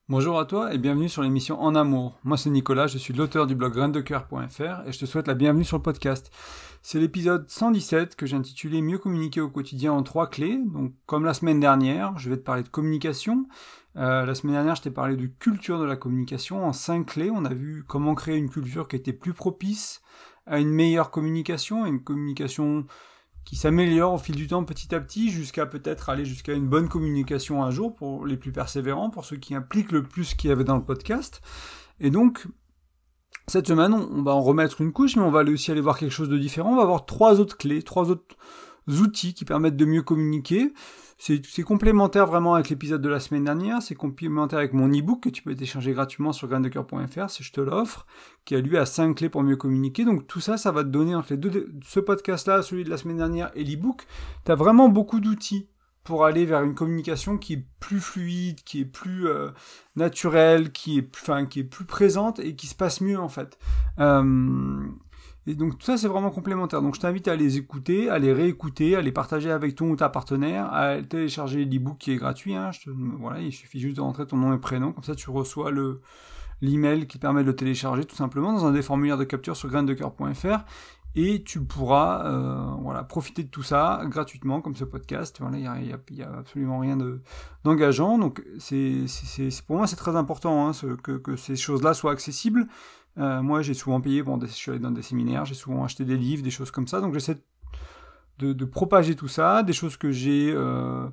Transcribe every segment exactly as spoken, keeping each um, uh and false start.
Bonjour à toi et bienvenue sur l'émission En Amour. Moi c'est Nicolas, je suis l'auteur du blog graines de coeur point f r et je te souhaite la bienvenue sur le podcast. C'est l'épisode cent dix-sept que j'ai intitulé Mieux communiquer au quotidien en trois clés. Donc comme la semaine dernière, je vais te parler de communication. Euh, la semaine dernière, je t'ai parlé de culture de la communication en cinq clés. On a vu comment créer une culture qui était plus propice à une meilleure communication, une communication qui s'améliore au fil du temps petit à petit, jusqu'à peut-être aller jusqu'à une bonne communication un jour pour les plus persévérants, pour ceux qui impliquent le plus ce qu'il y avait dans le podcast. Et donc, cette semaine, on va en remettre une couche, mais on va aussi aller voir quelque chose de différent. On va voir trois autres clés, trois autres outils qui permettent de mieux communiquer. C'est, c'est complémentaire vraiment avec l'épisode de la semaine dernière, c'est complémentaire avec mon e-book que tu peux télécharger gratuitement sur graines de coeur point f r si je te l'offre, qui a lui à cinq clés pour mieux communiquer. Donc tout ça, ça va te donner entre les deux, ce podcast-là, celui de la semaine dernière et l'e-book, tu as vraiment beaucoup d'outils pour aller vers une communication qui est plus fluide, qui est plus euh, naturelle, qui est, plus, enfin, qui est plus présente et qui se passe mieux en fait. Euh... Et donc tout ça c'est vraiment complémentaire, donc je t'invite à les écouter, à les réécouter, à les partager avec ton ou ta partenaire, à télécharger l'e-book qui est gratuit, hein. Je te, voilà, il suffit juste de rentrer ton nom et prénom, comme ça tu reçois le, l'email qui permet de le télécharger tout simplement dans un des formulaires de capture sur graines de coeur point f r et tu pourras euh, voilà, profiter de tout ça gratuitement comme ce podcast. Voilà, il n'y a, a, a absolument rien de, d'engageant, donc c'est, c'est, c'est, pour moi c'est très important hein, ce, que, que ces choses-là soient accessibles. Euh, moi, j'ai souvent payé, bon, je suis allé dans des séminaires, j'ai souvent acheté des livres, des choses comme ça, donc j'essaie de, de propager tout ça, des choses que j'ai, euh,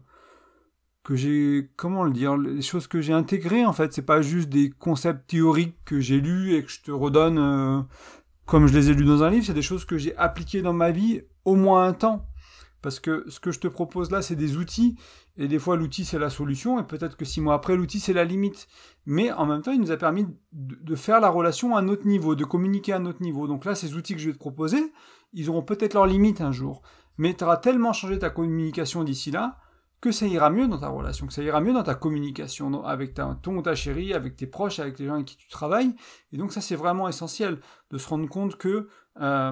que j'ai, comment le dire, des choses que j'ai intégrées, en fait, c'est pas juste des concepts théoriques que j'ai lus et que je te redonne euh, comme je les ai lus dans un livre, c'est des choses que j'ai appliquées dans ma vie au moins un temps. Parce que ce que je te propose là, c'est des outils, et des fois l'outil c'est la solution, et peut-être que six mois après l'outil c'est la limite. Mais en même temps, il nous a permis de, de faire la relation à un autre niveau, de communiquer à un autre niveau. Donc là, ces outils que je vais te proposer, ils auront peut-être leurs limites un jour. Mais tu auras tellement changé ta communication d'ici là, que ça ira mieux dans ta relation, que ça ira mieux dans ta communication avec ta, ton ou ta chérie, avec tes proches, avec les gens avec qui tu travailles. Et donc ça, c'est vraiment essentiel de se rendre compte que... Euh,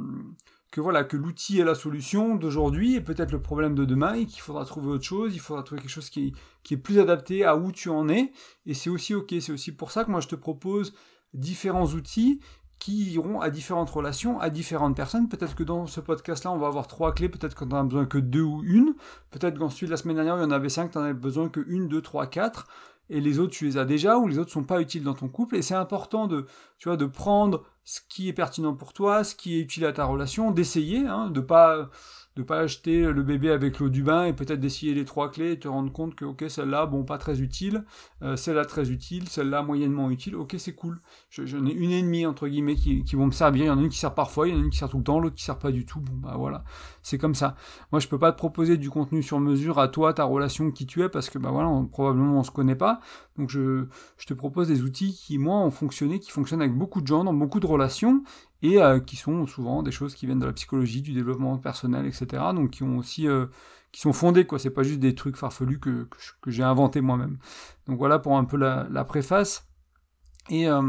que voilà, que l'outil est la solution d'aujourd'hui et peut-être le problème de demain et qu'il faudra trouver autre chose, il faudra trouver quelque chose qui est, qui est plus adapté à où tu en es, et c'est aussi ok, c'est aussi pour ça que moi je te propose différents outils qui iront à différentes relations, à différentes personnes. Peut-être que dans ce podcast-là, on va avoir trois clés, peut-être qu'on en a besoin que deux ou une, peut-être qu'en celui de la semaine dernière, il y en avait cinq, tu en avais besoin que une, deux, trois, quatre, et les autres, tu les as déjà, ou les autres sont pas utiles dans ton couple, et c'est important de, tu vois, de prendre ce qui est pertinent pour toi, ce qui est utile à ta relation, d'essayer, hein, de pas, de pas acheter le bébé avec l'eau du bain et peut-être d'essayer les trois clés et te rendre compte que ok celle-là bon pas très utile, euh, celle-là très utile, celle-là moyennement utile, ok c'est cool. Je, j'en ai une et demie entre guillemets qui, qui vont me servir. Il y en a une qui sert parfois, il y en a une qui sert tout le temps, l'autre qui sert pas du tout. Bon bah voilà, c'est comme ça. Moi je peux pas te proposer du contenu sur mesure à toi, ta relation, qui tu es, parce que bah voilà on, probablement on se connaît pas. Donc je, je te propose des outils qui moi ont fonctionné, qui fonctionnent avec beaucoup de gens dans beaucoup de relations et euh, qui sont souvent des choses qui viennent de la psychologie, du développement personnel, et cetera. Donc qui ont aussi, euh, qui sont fondés quoi. C'est pas juste des trucs farfelus que que, que j'ai inventés moi-même. Donc voilà pour un peu la, la préface. Et euh,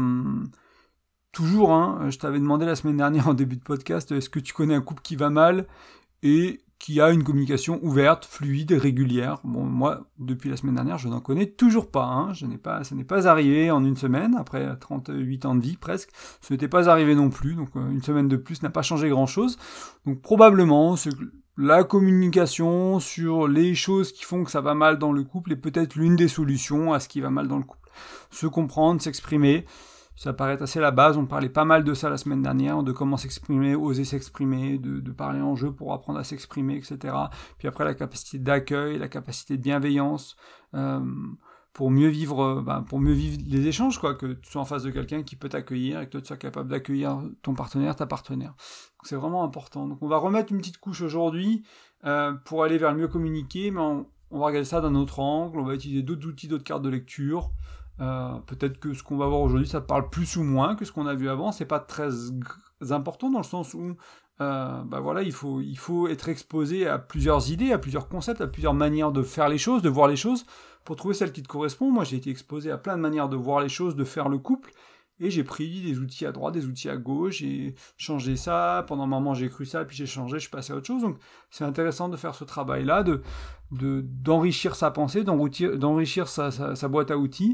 toujours, hein, je t'avais demandé la semaine dernière en début de podcast, est-ce que tu connais un couple qui va mal et qui a une communication ouverte, fluide et régulière. Bon, moi, depuis la semaine dernière, je n'en connais toujours pas. Hein. Je n'ai pas, ça n'est pas arrivé en une semaine, après trente-huit ans de vie presque. Ce n'était pas arrivé non plus, donc une semaine de plus n'a pas changé grand-chose. Donc probablement, c'est la communication sur les choses qui font que ça va mal dans le couple est peut-être l'une des solutions à ce qui va mal dans le couple. Se comprendre, s'exprimer, ça paraît assez la base, on parlait pas mal de ça la semaine dernière, de comment s'exprimer, oser s'exprimer, de, de parler en jeu pour apprendre à s'exprimer, et cetera. Puis après la capacité d'accueil, la capacité de bienveillance, euh, pour mieux vivre, bah, pour mieux vivre les échanges, quoi, que tu sois en face de quelqu'un qui peut t'accueillir et que toi tu sois capable d'accueillir ton partenaire, ta partenaire. Donc c'est vraiment important. Donc on va remettre une petite couche aujourd'hui euh, pour aller vers le mieux communiquer, mais on, on va regarder ça d'un autre angle, on va utiliser d'autres outils, d'autres cartes de lecture. Euh, peut-être que ce qu'on va voir aujourd'hui, ça parle plus ou moins que ce qu'on a vu avant. C'est pas très important dans le sens où, euh, bah voilà, il faut, il faut être exposé à plusieurs idées, à plusieurs concepts, à plusieurs manières de faire les choses, de voir les choses, pour trouver celle qui te correspond. Moi, j'ai été exposé à plein de manières de voir les choses, de faire le couple, et j'ai pris des outils à droite, des outils à gauche, j'ai changé ça, pendant un moment j'ai cru ça, puis j'ai changé, je suis passé à autre chose. Donc c'est intéressant de faire ce travail-là, de, de, d'enrichir sa pensée, d'enrichir, d'enrichir sa, sa, sa boîte à outils,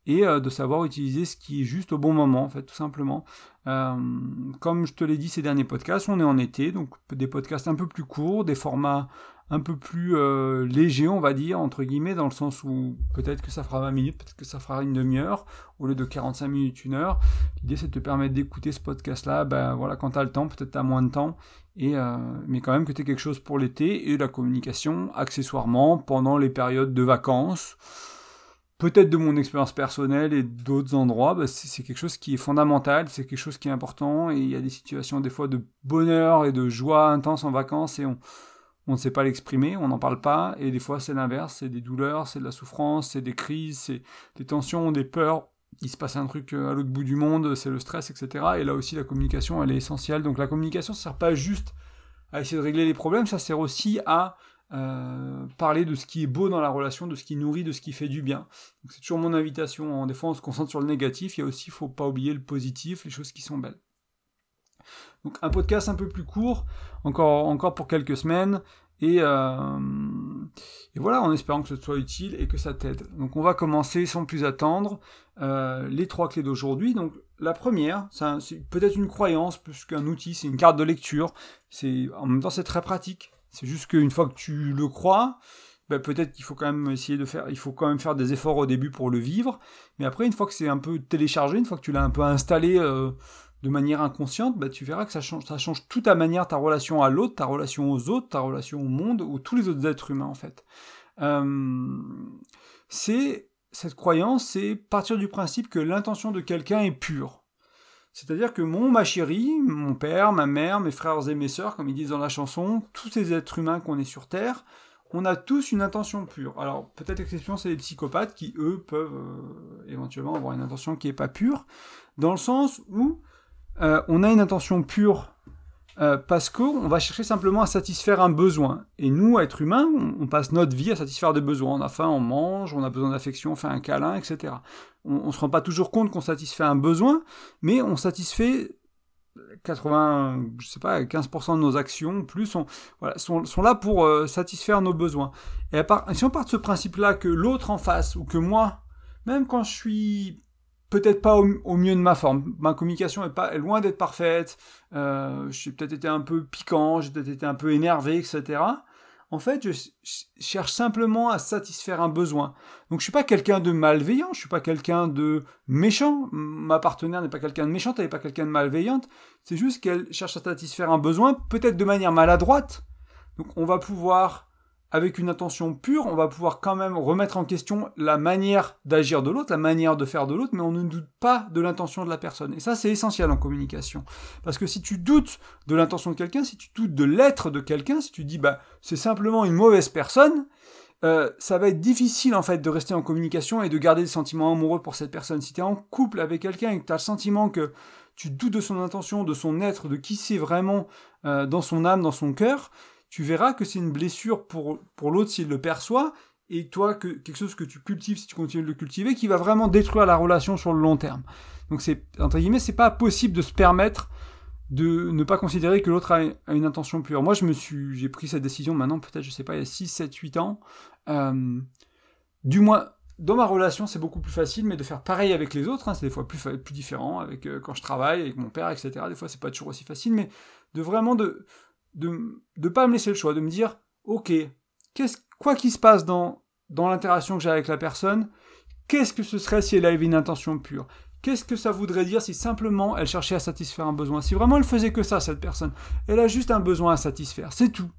et euh, de savoir utiliser ce qui est juste au bon moment, en fait, tout simplement. Euh, comme je te l'ai dit ces derniers podcasts, on est en été, donc des podcasts un peu plus courts, des formats un peu plus euh, légers, on va dire, entre guillemets, dans le sens où peut-être que ça fera vingt minutes, peut-être que ça fera une demi-heure, au lieu de quarante-cinq minutes, une heure. L'idée, c'est de te permettre d'écouter ce podcast-là, ben voilà, quand tu as le temps, peut-être tu as moins de temps, et, euh, mais quand même que tu aies quelque chose pour l'été, et la communication, accessoirement, pendant les périodes de vacances. Peut-être de mon expérience personnelle et d'autres endroits, bah c'est, c'est quelque chose qui est fondamental, c'est quelque chose qui est important, et il y a des situations des fois de bonheur et de joie intense en vacances, et on, on ne sait pas l'exprimer, on n'en parle pas, et des fois c'est l'inverse, c'est des douleurs, c'est de la souffrance, c'est des crises, c'est des tensions, des peurs, il se passe un truc à l'autre bout du monde, c'est le stress, et cetera. Et là aussi la communication, elle est essentielle, donc la communication ne sert pas juste à essayer de régler les problèmes, ça sert aussi à Euh, parler de ce qui est beau dans la relation, de ce qui nourrit, de ce qui fait du bien. Donc c'est toujours mon invitation. Des fois on se concentre sur le négatif, il y a aussi, il ne faut pas oublier le positif, les choses qui sont belles. Donc un podcast un peu plus court, encore, encore pour quelques semaines, et, euh, et voilà, en espérant que ce soit utile et que ça t'aide. Donc on va commencer sans plus attendre euh, les trois clés d'aujourd'hui. Donc la première, c'est, un, c'est peut-être une croyance plus qu'un outil, c'est une carte de lecture. C'est, en même temps c'est très pratique. C'est juste qu'une fois que tu le crois, ben peut-être qu'il faut quand même essayer de faire, il faut quand même faire des efforts au début pour le vivre. Mais après, une fois que c'est un peu téléchargé, une fois que tu l'as un peu installé euh, de manière inconsciente, ben tu verras que ça change, ça change toute ta manière, ta relation à l'autre, ta relation aux autres, ta relation au monde, ou tous les autres êtres humains en fait. Euh, c'est cette croyance, c'est partir du principe que l'intention de quelqu'un est pure. C'est-à-dire que mon, ma chérie, mon père, ma mère, mes frères et mes sœurs, comme ils disent dans la chanson, tous ces êtres humains qu'on est sur Terre, on a tous une intention pure. Alors, peut-être exception, c'est les psychopathes qui, eux, peuvent euh, éventuellement avoir une intention qui n'est pas pure, dans le sens où euh, on a une intention pure euh, parce qu'on va chercher simplement à satisfaire un besoin. Et nous, êtres humains, on, on passe notre vie à satisfaire des besoins. On a faim, on mange, on a besoin d'affection, on fait un câlin, et cetera. On ne se rend pas toujours compte qu'on satisfait un besoin, mais on satisfait quatre-vingts, je sais pas, quinze pour cent de nos actions, plus, on, voilà, sont, sont là pour euh, satisfaire nos besoins. Et à part, si on part de ce principe-là, que l'autre en face, ou que moi, même quand je suis peut-être pas au, au mieux de ma forme, ma communication est, pas, est loin d'être parfaite, euh, j'ai peut-être été un peu piquant, j'ai peut-être été un peu énervé, et cetera. En fait, je cherche simplement à satisfaire un besoin. Donc, je suis pas quelqu'un de malveillant, je suis pas quelqu'un de méchant. Ma partenaire n'est pas quelqu'un de méchante, elle n'est pas quelqu'un de malveillante. C'est juste qu'elle cherche à satisfaire un besoin, peut-être de manière maladroite. Donc, on va pouvoir, avec une intention pure, on va pouvoir quand même remettre en question la manière d'agir de l'autre, la manière de faire de l'autre, mais on ne doute pas de l'intention de la personne. Et ça, c'est essentiel en communication. Parce que si tu doutes de l'intention de quelqu'un, si tu doutes de l'être de quelqu'un, si tu dis, bah, c'est simplement une mauvaise personne, euh, ça va être difficile, en fait, de rester en communication et de garder des sentiments amoureux pour cette personne. Si tu es en couple avec quelqu'un et que tu as le sentiment que tu doutes de son intention, de son être, de qui c'est vraiment euh, dans son âme, dans son cœur, tu verras que c'est une blessure pour, pour l'autre s'il le perçoit, et toi, que, quelque chose que tu cultives, si tu continues de le cultiver, qui va vraiment détruire la relation sur le long terme. Donc, c'est, entre guillemets, c'est pas possible de se permettre de ne pas considérer que l'autre a, a une intention pure. Moi, je me suis, j'ai pris cette décision maintenant, peut-être, je sais pas, il y a six, sept, huit ans. Euh, du moins, dans ma relation, c'est beaucoup plus facile, mais de faire pareil avec les autres, hein, c'est des fois plus, plus différent, avec, euh, quand je travaille, avec mon père, et cetera. Des fois, c'est pas toujours aussi facile, mais de vraiment de... de ne pas me laisser le choix, de me dire, ok, qu'est-ce, quoi qu'il se passe dans, dans l'interaction que j'ai avec la personne, qu'est-ce que ce serait si elle avait une intention pure ? Qu'est-ce que ça voudrait dire si simplement elle cherchait à satisfaire un besoin ? Si vraiment elle faisait que ça, cette personne, elle a juste un besoin à satisfaire, c'est tout.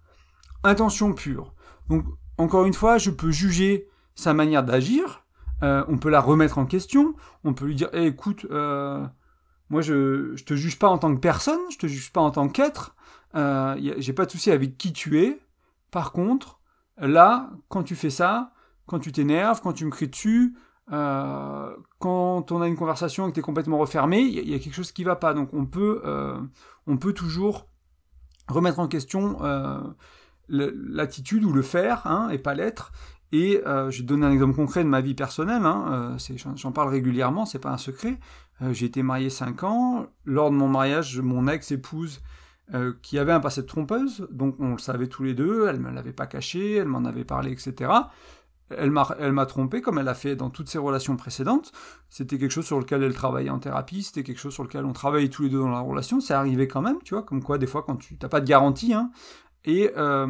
Intention pure. Donc, encore une fois, je peux juger sa manière d'agir, euh, on peut la remettre en question, on peut lui dire, hey, écoute, euh, moi je, je te juge pas en tant que personne, je te juge pas en tant qu'être, Euh, y a, j'ai pas de souci avec qui tu es. Par contre, là, quand tu fais ça, quand tu t'énerves, quand tu me cries dessus, euh, quand on a une conversation et que tu es complètement refermé, il y, y a quelque chose qui va pas. Donc on peut, euh, on peut toujours remettre en question euh, l'attitude ou le faire, hein, et pas l'être. Et euh, je vais te donner un exemple concret de ma vie personnelle, hein, euh, c'est, j'en, j'en parle régulièrement, c'est pas un secret. Euh, j'ai été marié cinq ans. Lors de mon mariage, mon ex-épouse, Euh, qui avait un passé de trompeuse, donc on le savait tous les deux, elle ne me l'avait pas caché, elle m'en avait parlé, et cetera. elle m'a, elle m'a trompé, comme elle a fait dans toutes ses relations précédentes. C'était quelque chose sur lequel elle travaillait en thérapie, c'était quelque chose sur lequel on travaillait tous les deux dans la relation. C'est arrivé quand même, tu vois, comme quoi, des fois, quand tu n'as pas de garantie, hein. Et, euh,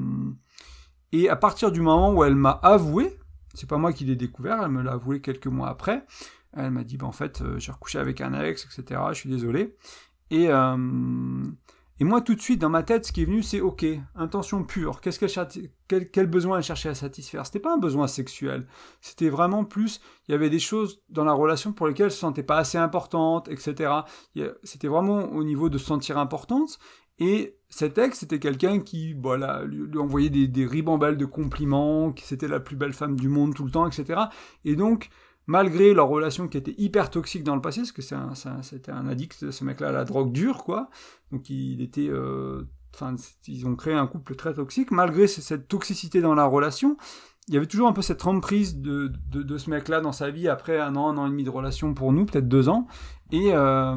et à partir du moment où elle m'a avoué, c'est pas moi qui l'ai découvert, elle me l'a avoué quelques mois après, elle m'a dit, bah, en fait, euh, j'ai recouché avec un ex, et cetera, je suis désolé. Et... Euh, Et moi, tout de suite, dans ma tête, ce qui est venu, c'est ok, intention pure. Qu'est-ce qu'elle, quel, quel besoin elle cherchait à satisfaire ? C'était pas un besoin sexuel. C'était vraiment plus, il y avait des choses dans la relation pour lesquelles elle se sentait pas assez importante, et cetera. C'était vraiment au niveau de se sentir importante. Et cet ex, c'était quelqu'un qui, voilà, lui, lui envoyait des, des ribambelles de compliments, que c'était la plus belle femme du monde tout le temps, et cetera. Et donc, malgré leur relation qui était hyper toxique dans le passé, parce que c'est un, c'est un, c'était un addict, ce mec-là, à la drogue dure, quoi. Donc il était, enfin, euh, ils ont créé un couple très toxique. Malgré cette toxicité dans la relation, il y avait toujours un peu cette emprise de, de, de ce mec-là dans sa vie après un an, un an et demi de relation pour nous, peut-être deux ans. Et euh,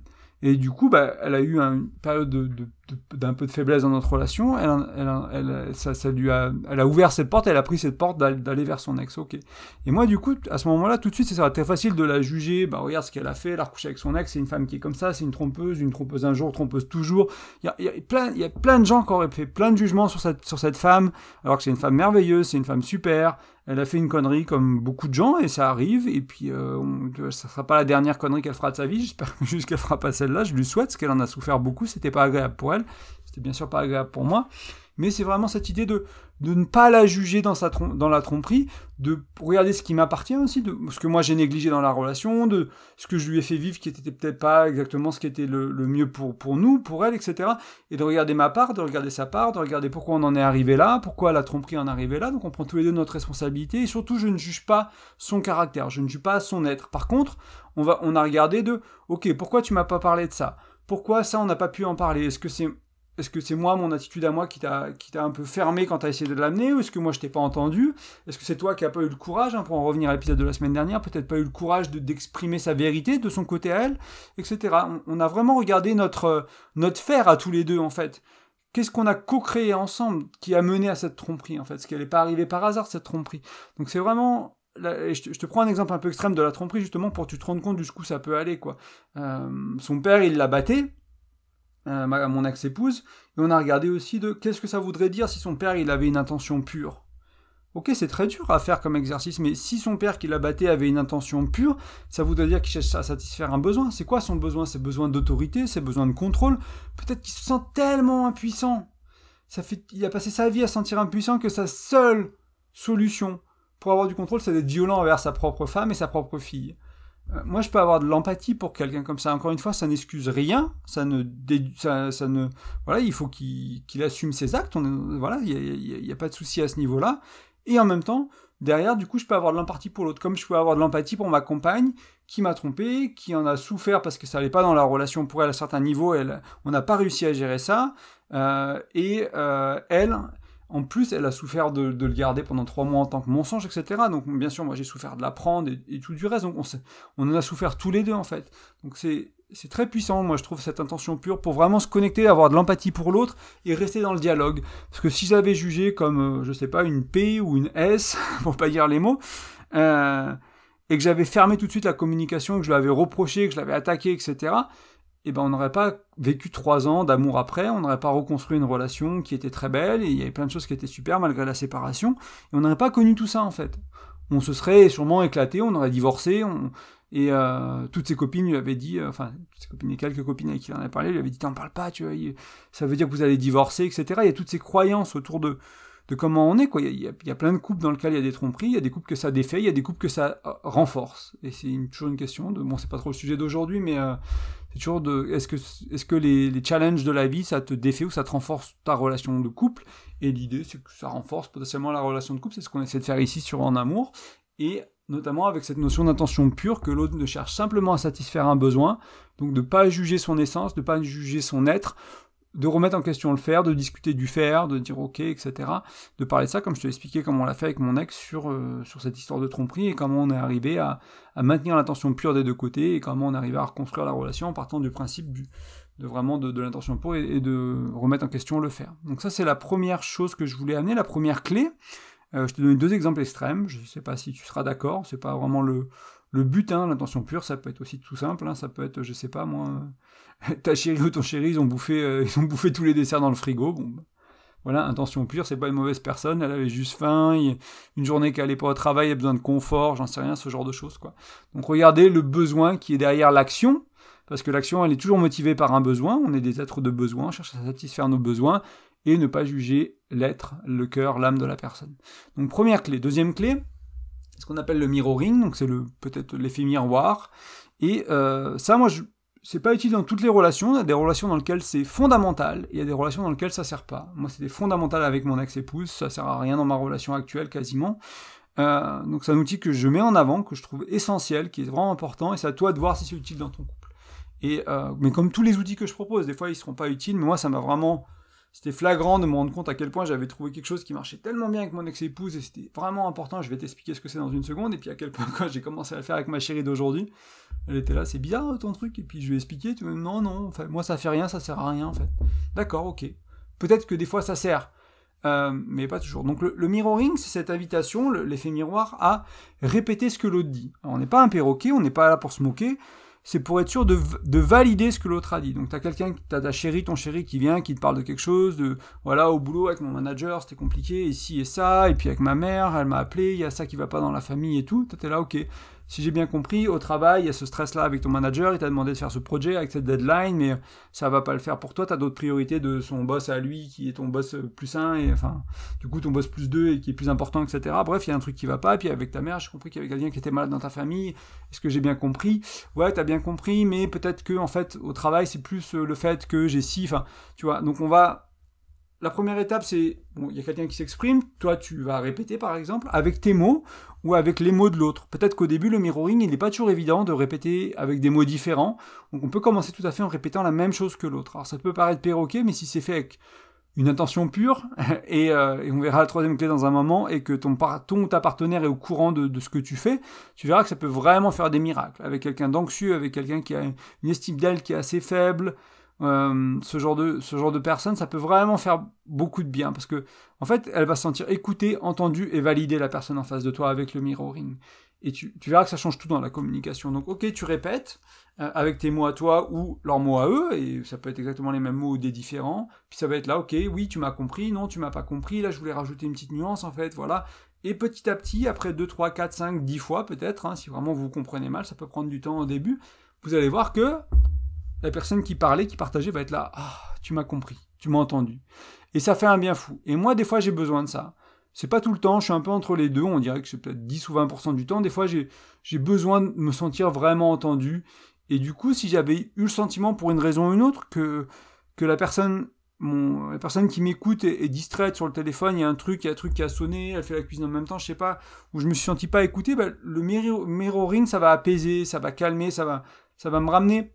et du coup, bah, elle a eu une période de, de, de, d'un peu de faiblesse dans notre relation. Elle, elle, elle, ça, ça lui a, elle a ouvert cette porte, elle a pris cette porte d'aller vers son ex. Ok. Et moi, du coup, à ce moment-là, tout de suite, ça va être très facile de la juger. Bah, regarde ce qu'elle a fait, elle a recouché avec son ex, c'est une femme qui est comme ça, c'est une trompeuse, une trompeuse un jour, trompeuse toujours. Il y a, il y a plein, il y a plein de gens qui auraient fait plein de jugements sur cette, sur cette femme, alors que c'est une femme merveilleuse, c'est une femme super. Elle a fait une connerie comme beaucoup de gens, et ça arrive, et puis euh, on, ça sera pas la dernière connerie qu'elle fera de sa vie, j'espère juste qu'elle fera pas celle-là, je lui souhaite, parce qu'elle en a souffert beaucoup, c'était pas agréable pour elle, c'était bien sûr pas agréable pour moi, mais c'est vraiment cette idée de, de ne pas la juger dans, sa trom- dans la tromperie, de regarder ce qui m'appartient aussi, de ce que moi j'ai négligé dans la relation, de ce que je lui ai fait vivre qui était peut-être pas exactement ce qui était le, le mieux pour, pour nous, pour elle, et cetera. Et de regarder ma part, de regarder sa part, de regarder pourquoi on en est arrivé là, pourquoi la tromperie en est arrivée là, donc on prend tous les deux notre responsabilité, et surtout je ne juge pas son caractère, je ne juge pas son être. Par contre, on, va, on a regardé de, ok, pourquoi tu m'as pas parlé de ça ? Pourquoi ça on n'a pas pu en parler ? Est-ce que c'est... Est-ce que c'est moi, mon attitude à moi, qui t'a, qui t'a un peu fermé quand t'as essayé de l'amener, ou est-ce que moi je t'ai pas entendu ? Est-ce que c'est toi qui n'as pas eu le courage, hein, pour en revenir à l'épisode de la semaine dernière, peut-être pas eu le courage de, d'exprimer sa vérité de son côté à elle, et cetera. On, on a vraiment regardé notre, notre faire à tous les deux, en fait. Qu'est-ce qu'on a co-créé ensemble qui a mené à cette tromperie, en fait ? Parce qu'elle n'est pas arrivée par hasard, cette tromperie. Donc c'est vraiment... Là, je, te, je te prends un exemple un peu extrême de la tromperie, justement, pour que tu te rendes compte jusqu'où ça peut aller, quoi. Euh, son père, il la battait, Euh, ma, mon ex-épouse, et on a regardé aussi de qu'est-ce que ça voudrait dire si son père il avait une intention pure. Ok, c'est très dur à faire comme exercice, mais si son père qui l'a batté avait une intention pure, ça voudrait dire qu'il cherche à satisfaire un besoin. C'est quoi son besoin ? C'est besoin d'autorité, c'est besoin de contrôle. Peut-être qu'il se sent tellement impuissant. Ça fait, il a passé sa vie à se sentir impuissant que sa seule solution pour avoir du contrôle, c'est d'être violent envers sa propre femme et sa propre fille. Moi, je peux avoir de l'empathie pour quelqu'un comme ça. Encore une fois, ça n'excuse rien. Ça ne, dé... ça, ça ne, voilà, il faut qu'il, qu'il assume ses actes. On, voilà, il y a, y a pas de souci à ce niveau-là. Et en même temps, derrière, du coup, je peux avoir de l'empathie pour l'autre, comme je peux avoir de l'empathie pour ma compagne qui m'a trompé, qui en a souffert parce que ça allait pas dans la relation pour elle à certains niveaux. Elle, on n'a pas réussi à gérer ça. Euh, et euh, elle. En plus, elle a souffert de, de le garder pendant trois mois en tant que mensonge, et cetera. Donc, bien sûr, moi, j'ai souffert de l'apprendre et, et tout du reste. Donc, on, on en a souffert tous les deux, en fait. Donc, c'est, c'est très puissant, moi, je trouve, cette intention pure pour vraiment se connecter, avoir de l'empathie pour l'autre et rester dans le dialogue. Parce que si j'avais jugé comme, euh, je sais pas, une P ou une S, pour pas dire les mots, euh, et que j'avais fermé tout de suite la communication, que je l'avais reproché, que je l'avais attaqué, et cetera, eh ben on n'aurait pas vécu trois ans d'amour après, on n'aurait pas reconstruit une relation qui était très belle, et il y avait plein de choses qui étaient super malgré la séparation, et on n'aurait pas connu tout ça en fait. On se serait sûrement éclaté, on aurait divorcé, on... et euh, toutes ses copines lui avaient dit, euh, enfin, toutes ses copines et quelques copines avec qui il en avait parlé, lui avaient dit, t'en parles pas, tu vois, il... ça veut dire que vous allez divorcer, et cetera. Il y a toutes ces croyances autour de, de comment on est, quoi. Il y, a, il y a plein de couples dans lesquels il y a des tromperies, il y a des couples que ça défait, il y a des couples que ça renforce. Et c'est une, toujours une question de, bon, c'est pas trop le sujet d'aujourd'hui, mais euh, c'est toujours de, est-ce que, est-ce que les, les challenges de la vie, ça te défait ou ça te renforce ta relation de couple ? Et l'idée, c'est que ça renforce potentiellement la relation de couple, c'est ce qu'on essaie de faire ici sur En Amour, et notamment avec cette notion d'intention pure, que l'autre ne cherche simplement à satisfaire un besoin, donc de ne pas juger son essence, de ne pas juger son être, de remettre en question le faire, de discuter du faire, de dire ok, et cetera. De parler de ça, comme je te l'ai expliqué, comme on l'a fait avec mon ex sur, euh, sur cette histoire de tromperie, et comment on est arrivé à, à maintenir l'intention pure des deux côtés, et comment on est arrivé à reconstruire la relation en partant du principe du, de vraiment de, de l'intention pure, et, et de remettre en question le faire. Donc ça, c'est la première chose que je voulais amener, la première clé. Euh, je te donne deux exemples extrêmes, je ne sais pas si tu seras d'accord, c'est pas vraiment le, le but, hein, l'intention pure, ça peut être aussi tout simple, hein, ça peut être, je sais pas moi, euh, ta chérie ou ton chéri, ils ont bouffé, euh, ils ont bouffé tous les desserts dans le frigo, bon, bah, voilà, intention pure, c'est pas une mauvaise personne, elle avait juste faim, il, une journée qu'elle allait pas au travail, elle a besoin de confort, j'en sais rien, ce genre de choses, quoi. Donc regardez le besoin qui est derrière l'action, parce que l'action, elle est toujours motivée par un besoin, on est des êtres de besoin, on cherche à satisfaire nos besoins, et ne pas juger l'être, le cœur, l'âme de la personne. Donc première clé. Deuxième clé, ce qu'on appelle le mirroring, donc c'est le, peut-être l'effet miroir, et euh, ça, moi, je, c'est pas utile dans toutes les relations, il y a des relations dans lesquelles c'est fondamental, et il y a des relations dans lesquelles ça sert pas. Moi, c'était fondamental avec mon ex-épouse, ça sert à rien dans ma relation actuelle, quasiment. Euh, donc c'est un outil que je mets en avant, que je trouve essentiel, qui est vraiment important, et c'est à toi de voir si c'est utile dans ton couple. Et, euh, mais comme tous les outils que je propose, des fois ils seront pas utiles, mais moi ça m'a vraiment... C'était flagrant de me rendre compte à quel point j'avais trouvé quelque chose qui marchait tellement bien avec mon ex-épouse, et c'était vraiment important, je vais t'expliquer ce que c'est dans une seconde, et puis à quel point quand j'ai commencé à le faire avec ma chérie d'aujourd'hui, elle était là, c'est bizarre ton truc, et puis je lui ai expliqué, tu vois, non, non, enfin, moi ça fait rien, ça sert à rien en fait. D'accord, ok. Peut-être que des fois ça sert, euh, mais pas toujours. Donc le, le mirroring, c'est cette invitation, le, l'effet miroir, à répéter ce que l'autre dit. Alors, on n'est pas un perroquet, on n'est pas là pour se moquer, c'est pour être sûr de, de valider ce que l'autre a dit. Donc t'as quelqu'un, t'as ta chérie, ton chéri qui vient, qui te parle de quelque chose, de voilà, au boulot avec mon manager, c'était compliqué, ici et ça, et puis avec ma mère, elle m'a appelé, il y a ça qui va pas dans la famille et tout, t'es là, ok. Si j'ai bien compris, au travail, il y a ce stress-là avec ton manager, il t'a demandé de faire ce projet avec cette deadline, mais ça va pas le faire pour toi, t'as d'autres priorités de son boss à lui, qui est ton boss plus un, et enfin, du coup, ton boss plus deux, et qui est plus important, et cetera. Bref, il y a un truc qui va pas, et puis avec ta mère, j'ai compris qu'il y avait quelqu'un qui était malade dans ta famille, est-ce que j'ai bien compris? Ouais, t'as bien compris, mais peut-être que, en fait, au travail, c'est plus le fait que j'ai si, enfin, tu vois, donc on va... La première étape, c'est, bon, il y a quelqu'un qui s'exprime, toi tu vas répéter par exemple, avec tes mots ou avec les mots de l'autre. Peut-être qu'au début, le mirroring, il n'est pas toujours évident de répéter avec des mots différents, donc on peut commencer tout à fait en répétant la même chose que l'autre. Alors ça peut paraître perroquet, mais si c'est fait avec une intention pure, et, euh, et on verra la troisième clé dans un moment, et que ton, ton ou ta partenaire est au courant de, de ce que tu fais, tu verras que ça peut vraiment faire des miracles. Avec quelqu'un d'anxieux, avec quelqu'un qui a une estime d'elle qui est assez faible, Euh, ce genre de ce genre de personne, ça peut vraiment faire beaucoup de bien parce que en fait, elle va se sentir écoutée, entendue et valider la personne en face de toi avec le mirroring. Et tu, tu verras que ça change tout dans la communication. Donc, ok, tu répètes euh, avec tes mots à toi ou leurs mots à eux, et ça peut être exactement les mêmes mots ou des différents. Puis ça va être là, ok, oui, tu m'as compris, non, tu m'as pas compris. Là, je voulais rajouter une petite nuance en fait, voilà. Et petit à petit, après deux, trois, quatre, cinq, dix fois peut-être, hein, si vraiment vous comprenez mal, ça peut prendre du temps au début. Vous allez voir que la personne qui parlait, qui partageait, va être là, ah, tu m'as compris, tu m'as entendu. Et ça fait un bien fou. Et moi, des fois, j'ai besoin de ça. C'est pas tout le temps, je suis un peu entre les deux, on dirait que c'est peut-être dix ou vingt pour cent du temps. Des fois, j'ai, j'ai besoin de me sentir vraiment entendu. Et du coup, si j'avais eu le sentiment, pour une raison ou une autre, que, que la personne, mon, la personne qui m'écoute est, est distraite sur le téléphone, il y a un truc, il y a un truc qui a sonné, elle fait la cuisine en même temps, je sais pas, où je me suis senti pas écouté, bah, le mirroring, ça va apaiser, ça va calmer, ça va, ça va me ramener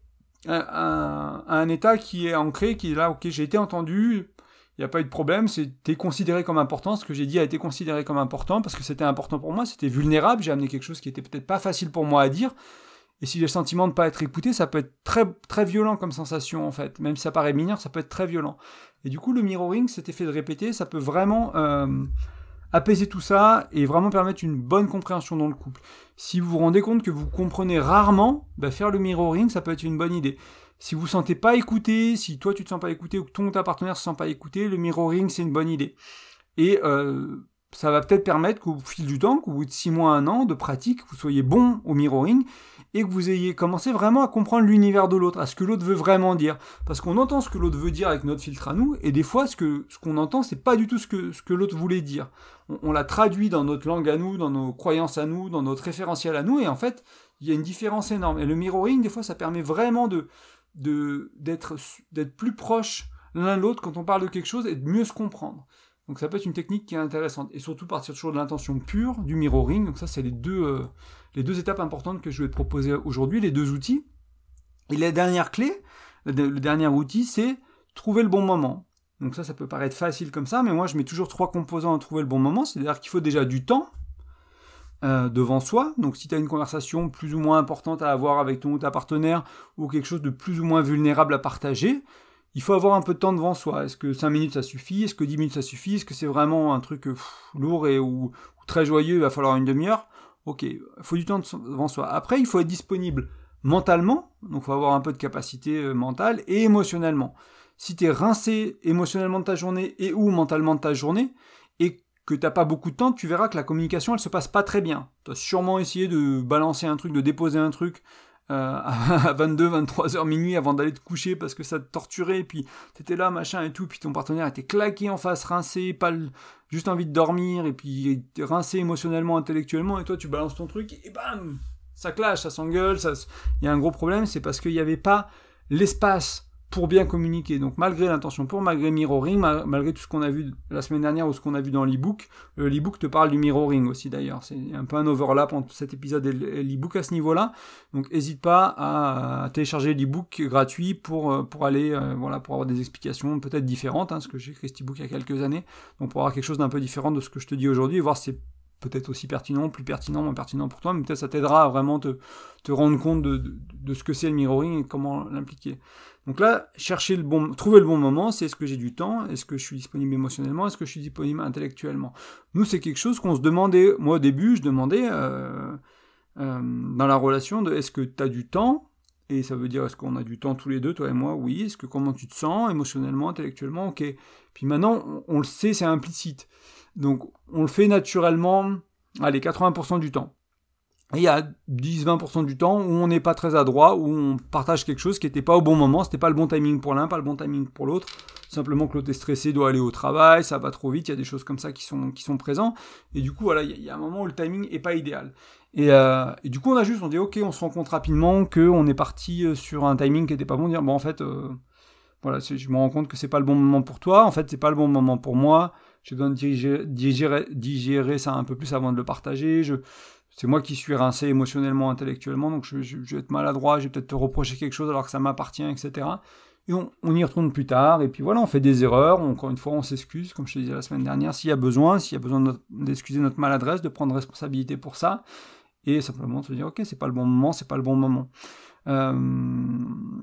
à un état qui est ancré, qui est là, ok, j'ai été entendu, il n'y a pas eu de problème, c'était considéré comme important, ce que j'ai dit a été considéré comme important, parce que c'était important pour moi, c'était vulnérable, j'ai amené quelque chose qui était peut-être pas facile pour moi à dire, et si j'ai le sentiment de ne pas être écouté, ça peut être très, très violent comme sensation, en fait, même si ça paraît mineur, ça peut être très violent. Et du coup, le mirroring, cet effet de répéter, ça peut vraiment... Euh, apaiser tout ça et vraiment permettre une bonne compréhension dans le couple. Si vous vous rendez compte que vous comprenez rarement, bah faire le mirroring, ça peut être une bonne idée. Si vous ne vous sentez pas écouté, si toi tu te sens pas écouté ou que ton ou ta partenaire se sent pas écouté, le mirroring c'est une bonne idée. Et euh, ça va peut-être permettre qu'au fil du temps, qu'au bout de six mois, un an de pratique, vous soyez bon au mirroring et que vous ayez commencé vraiment à comprendre l'univers de l'autre, à ce que l'autre veut vraiment dire. Parce qu'on entend ce que l'autre veut dire avec notre filtre à nous, et des fois, ce, que, ce qu'on entend, c'est pas du tout ce que, ce que l'autre voulait dire. On, on l'a traduit dans notre langue à nous, dans nos croyances à nous, dans notre référentiel à nous, et en fait, il y a une différence énorme. Et le mirroring, des fois, ça permet vraiment de, de, d'être, d'être plus proche l'un de l'autre quand on parle de quelque chose et de mieux se comprendre. Donc ça peut être une technique qui est intéressante. Et surtout partir toujours de l'intention pure du mirroring. Donc ça, c'est les deux, euh, les deux étapes importantes que je vais te proposer aujourd'hui, les deux outils. Et la dernière clé, le dernier outil, c'est trouver le bon moment. Donc ça, ça peut paraître facile comme ça, mais moi, je mets toujours trois composants à trouver le bon moment. C'est-à-dire qu'il faut déjà du temps euh, devant soi. Donc si tu as une conversation plus ou moins importante à avoir avec ton ou ta partenaire, ou quelque chose de plus ou moins vulnérable à partager, il faut avoir un peu de temps devant soi. Est-ce que cinq minutes ça suffit? Est-ce que dix minutes ça suffit? Est-ce que c'est vraiment un truc pff, lourd et ou, ou très joyeux, il va falloir une demi-heure? Ok, il faut du temps devant soi. Après, il faut être disponible mentalement, donc il faut avoir un peu de capacité euh, mentale, et émotionnellement. Si tu es rincé émotionnellement de ta journée et ou mentalement de ta journée, et que tu n'as pas beaucoup de temps, tu verras que la communication, elle se passe pas très bien. Tu as sûrement essayé de balancer un truc, de déposer un truc euh, à vingt-deux, vingt-trois heures minuit avant d'aller te coucher parce que ça te torturait, et puis tu étais là, machin et tout, puis ton partenaire était claqué en face, rincé, pas le... juste envie de dormir, et puis rincé émotionnellement, intellectuellement, et toi tu balances ton truc, et bam, ça clash, ça s'engueule, ça... il y a un gros problème, c'est parce qu'il n'y avait pas l'espace pour bien communiquer. Donc malgré l'intention pure, malgré mirroring, mal- malgré tout ce qu'on a vu la semaine dernière ou ce qu'on a vu dans l'e-book, euh, l'e-book te parle du mirroring aussi d'ailleurs. C'est un peu un overlap entre cet épisode et l'e-book à ce niveau-là. Donc n'hésite pas à, à télécharger l'e-book gratuit pour, pour aller, euh, voilà, pour avoir des explications peut-être différentes, hein, parce que j'ai écrit cet e-book il y a quelques années, donc pour avoir quelque chose d'un peu différent de ce que je te dis aujourd'hui et voir si c'est peut-être aussi pertinent, plus pertinent, moins pertinent pour toi, mais peut-être ça t'aidera à vraiment te, te rendre compte de, de, de ce que c'est le mirroring et comment l'impliquer. Donc là, chercher le bon, trouver le bon moment, c'est est-ce que j'ai du temps, est-ce que je suis disponible émotionnellement, est-ce que je suis disponible intellectuellement. Nous, c'est quelque chose qu'on se demandait, moi au début, je demandais euh, euh, dans la relation de est-ce que tu as du temps, et ça veut dire est-ce qu'on a du temps tous les deux, toi et moi, oui, est-ce que comment tu te sens, émotionnellement, intellectuellement, ok. Puis maintenant, on, on le sait, c'est implicite. Donc, on le fait naturellement, allez, quatre-vingts pour cent du temps. Et il y a dix à vingt pour cent du temps où on n'est pas très adroit, où on partage quelque chose qui n'était pas au bon moment, c'était pas le bon timing pour l'un, pas le bon timing pour l'autre, simplement que l'autre est stressé, doit aller au travail, ça va trop vite, il y a des choses comme ça qui sont, qui sont présents, et du coup, voilà, il y, y a un moment où le timing est pas idéal. Et, euh, et du coup, on a juste, on dit, ok, on se rencontre rapidement, qu'on est parti sur un timing qui était pas bon, dire, bon, en fait, euh, voilà, je me rends compte que c'est pas le bon moment pour toi, en fait, c'est pas le bon moment pour moi, j'ai besoin de digérer, digérer, digérer ça un peu plus avant de le partager, je... C'est moi qui suis rincé émotionnellement, intellectuellement, donc je, je, je vais être maladroit, je vais peut-être te reprocher quelque chose alors que ça m'appartient, et cetera. Et on, on y retourne plus tard, et puis voilà, on fait des erreurs, on, encore une fois, on s'excuse, comme je te disais la semaine dernière, s'il y a besoin, s'il y a besoin de notre, d'excuser notre maladresse, de prendre responsabilité pour ça, et simplement de se dire, ok, c'est pas le bon moment, c'est pas le bon moment. Euh...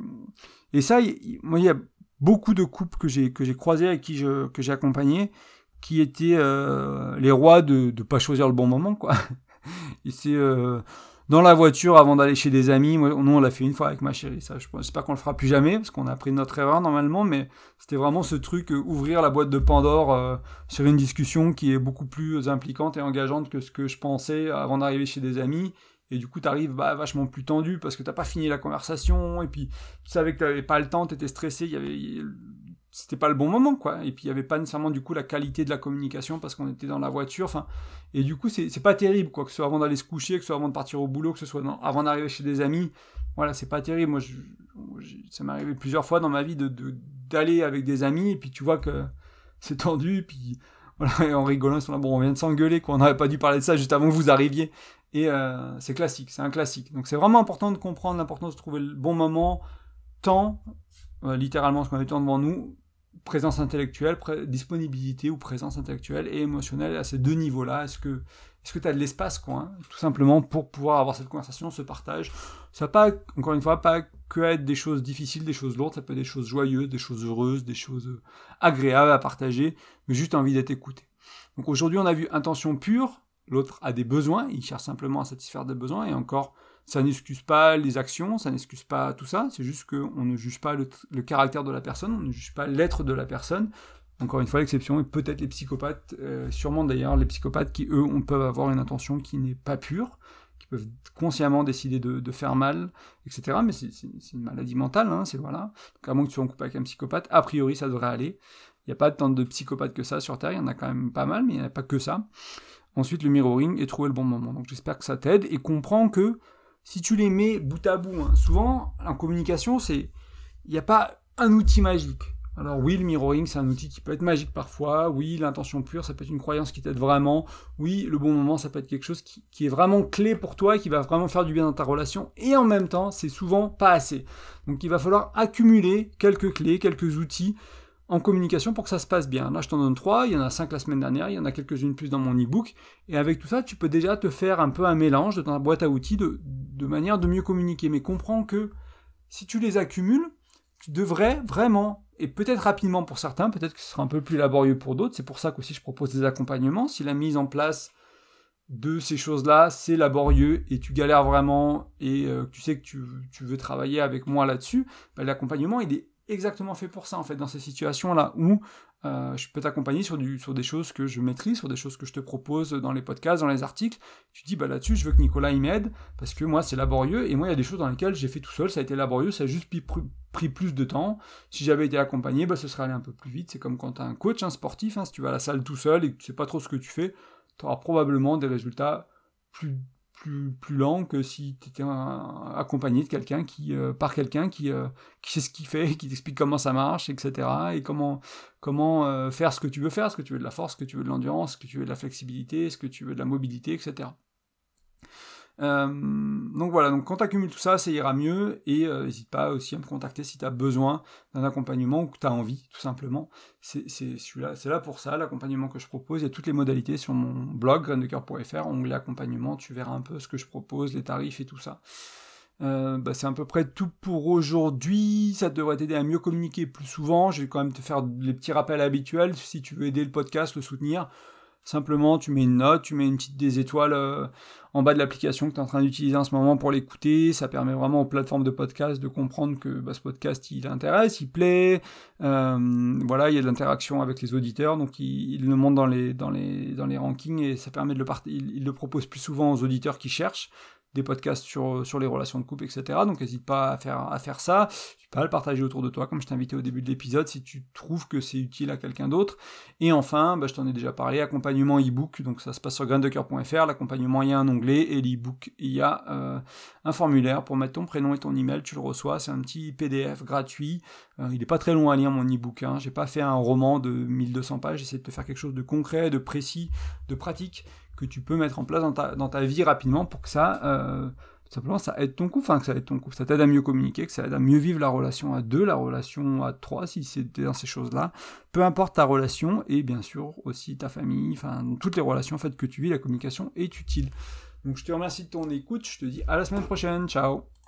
Et ça, y, moi, il y a beaucoup de couples que j'ai, que j'ai croisés, avec qui je, que j'ai accompagnés, qui étaient euh, les rois de ne pas choisir le bon moment, quoi. Et c'est euh, dans la voiture avant d'aller chez des amis. Moi, nous, on l'a fait une fois avec ma chérie. Ça, je j'espère qu'on le fera plus jamais parce qu'on a appris notre erreur normalement. Mais c'était vraiment ce truc euh, ouvrir la boîte de Pandore euh, sur une discussion qui est beaucoup plus impliquante et engageante que ce que je pensais avant d'arriver chez des amis. Et du coup, t'arrives bah, vachement plus tendu parce que t'as pas fini la conversation. Et puis, tu savais que t'avais pas le temps, t'étais stressé. Il y avait c'était pas le bon moment, quoi. Et puis, il y avait pas nécessairement, du coup, la qualité de la communication parce qu'on était dans la voiture. Enfin, et du coup, c'est, c'est pas terrible, quoi. Que ce soit avant d'aller se coucher, que ce soit avant de partir au boulot, que ce soit dans, avant d'arriver chez des amis. Voilà, c'est pas terrible. Moi, je, je, ça m'est arrivé plusieurs fois dans ma vie de, de, d'aller avec des amis et puis tu vois que c'est tendu. Et puis, voilà, et en rigolant, ils sont là, bon, on vient de s'engueuler, quoi. On n'aurait pas dû parler de ça juste avant que vous arriviez. Et euh, c'est classique, c'est un classique. Donc, c'est vraiment important de comprendre l'importance de trouver le bon moment, temps, euh, littéralement ce qu'on a eu temps devant nous, présence intellectuelle, pré- disponibilité ou présence intellectuelle et émotionnelle à ces deux niveaux-là. Est-ce que est-ce que tu as de l'espace, quoi, hein, tout simplement pour pouvoir avoir cette conversation, ce partage. Ça n'a pas, encore une fois, pas que à être des choses difficiles, des choses lourdes, ça peut être des choses joyeuses, des choses heureuses, des choses agréables à partager, mais juste envie d'être écouté. Donc aujourd'hui, on a vu intention pure, l'autre a des besoins, il cherche simplement à satisfaire des besoins, et encore, ça n'excuse pas les actions, ça n'excuse pas tout ça, c'est juste qu'on ne juge pas le, le caractère de la personne, on ne juge pas l'être de la personne. Encore une fois, l'exception est peut-être les psychopathes, euh, sûrement d'ailleurs les psychopathes qui, eux, on peuvent avoir une intention qui n'est pas pure, qui peuvent consciemment décider de, de faire mal, et cetera. Mais c'est, c'est, c'est une maladie mentale, hein, c'est voilà. Donc à moins que tu sois en couple avec un psychopathe, a priori ça devrait aller. Il n'y a pas tant de psychopathes que ça sur Terre, il y en a quand même pas mal, mais il n'y en a pas que ça. Ensuite, le mirroring et trouver le bon moment. Donc j'espère que ça t'aide et comprends que si tu les mets bout à bout, hein, souvent en communication, c'est il n'y a pas un outil magique. Alors oui, le mirroring, c'est un outil qui peut être magique parfois. Oui, l'intention pure, ça peut être une croyance qui t'aide vraiment. Oui, le bon moment, ça peut être quelque chose qui, qui est vraiment clé pour toi et qui va vraiment faire du bien dans ta relation. Et en même temps, c'est souvent pas assez. Donc il va falloir accumuler quelques clés, quelques outils en communication pour que ça se passe bien. Là, je t'en donne trois. Il y en a cinq la semaine dernière. Il y en a quelques-unes plus dans mon e-book. Et avec tout ça, tu peux déjà te faire un peu un mélange de ta boîte à outils de, de manière de mieux communiquer. Mais comprends que si tu les accumules, tu devrais vraiment, et peut-être rapidement pour certains, peut-être que ce sera un peu plus laborieux pour d'autres, c'est pour ça qu'aussi je propose des accompagnements. Si la mise en place de ces choses-là, c'est laborieux et tu galères vraiment et euh, tu sais que tu, tu veux travailler avec moi là-dessus, bah, l'accompagnement, il est exactement fait pour ça, en fait, dans ces situations-là où euh, je peux t'accompagner sur, du, sur des choses que je maîtrise, sur des choses que je te propose dans les podcasts, dans les articles. Tu dis, bah là-dessus, je veux que Nicolas il m'aide, parce que moi, c'est laborieux, et moi, il y a des choses dans lesquelles j'ai fait tout seul, ça a été laborieux, ça a juste pris, pris plus de temps. Si j'avais été accompagné, bah, ce serait allé un peu plus vite. C'est comme quand tu as un coach, un sportif, hein, si tu vas à la salle tout seul et que tu sais pas trop ce que tu fais, tu auras probablement des résultats plus Plus, plus lent que si tu étais un, accompagné de quelqu'un qui, euh, par quelqu'un qui, euh, qui sait ce qu'il fait, qui t'explique comment ça marche, et cetera. Et comment, comment euh, faire ce que tu veux faire, ce que tu veux de la force, ce que tu veux de l'endurance, ce que tu veux de la flexibilité, ce que tu veux de la mobilité, et cetera. Euh, donc voilà, donc quand tu accumules tout ça, ça ira mieux, et euh, n'hésite pas aussi à me contacter si tu as besoin d'un accompagnement ou que tu as envie, tout simplement. C'est, c'est, celui-là, c'est là pour ça, l'accompagnement que je propose. Il y a toutes les modalités sur mon blog, graines de coeur point f r, onglet accompagnement, tu verras un peu ce que je propose, les tarifs et tout ça. Euh, bah c'est à peu près tout pour aujourd'hui. Ça devrait t'aider à mieux communiquer plus souvent. Je vais quand même te faire les petits rappels habituels si tu veux aider le podcast, le soutenir. Simplement, tu mets une note, tu mets une petite des étoiles euh, en bas de l'application que tu es en train d'utiliser en ce moment pour l'écouter. Ça permet vraiment aux plateformes de podcast de comprendre que bah, ce podcast, il intéresse, il plaît. Euh, voilà, il y a de l'interaction avec les auditeurs, donc il, il le monte dans les, dans, les, dans les rankings et ça permet de le partager. Il, il le propose plus souvent aux auditeurs qui cherchent des podcasts sur, sur les relations de couple, et cetera. Donc n'hésite pas à faire, à faire ça. Tu peux pas le partager autour de toi, comme je t'invitais au début de l'épisode, si tu trouves que c'est utile à quelqu'un d'autre. Et enfin, bah, je t'en ai déjà parlé, accompagnement e-book, donc ça se passe sur graines de coeur point f r. L'accompagnement, il y a un onglet, et l'e-book, il y a euh, un formulaire pour mettre ton prénom et ton email, tu le reçois, c'est un petit P D F gratuit. Euh, il n'est pas très long à lire, mon e-book, hein. J'ai pas fait un roman de mille deux cents pages, j'essaie de te faire quelque chose de concret, de précis, de pratique, que tu peux mettre en place dans ta, dans ta vie rapidement pour que ça, euh, tout simplement, ça aide ton couple, enfin que ça aide ton couple, ça t'aide à mieux communiquer, que ça aide à mieux vivre la relation à deux, la relation à trois, si c'est dans ces choses-là. Peu importe ta relation, et bien sûr aussi ta famille, enfin toutes les relations en fait que tu vis, la communication est utile. Donc je te remercie de ton écoute, je te dis à la semaine prochaine, ciao.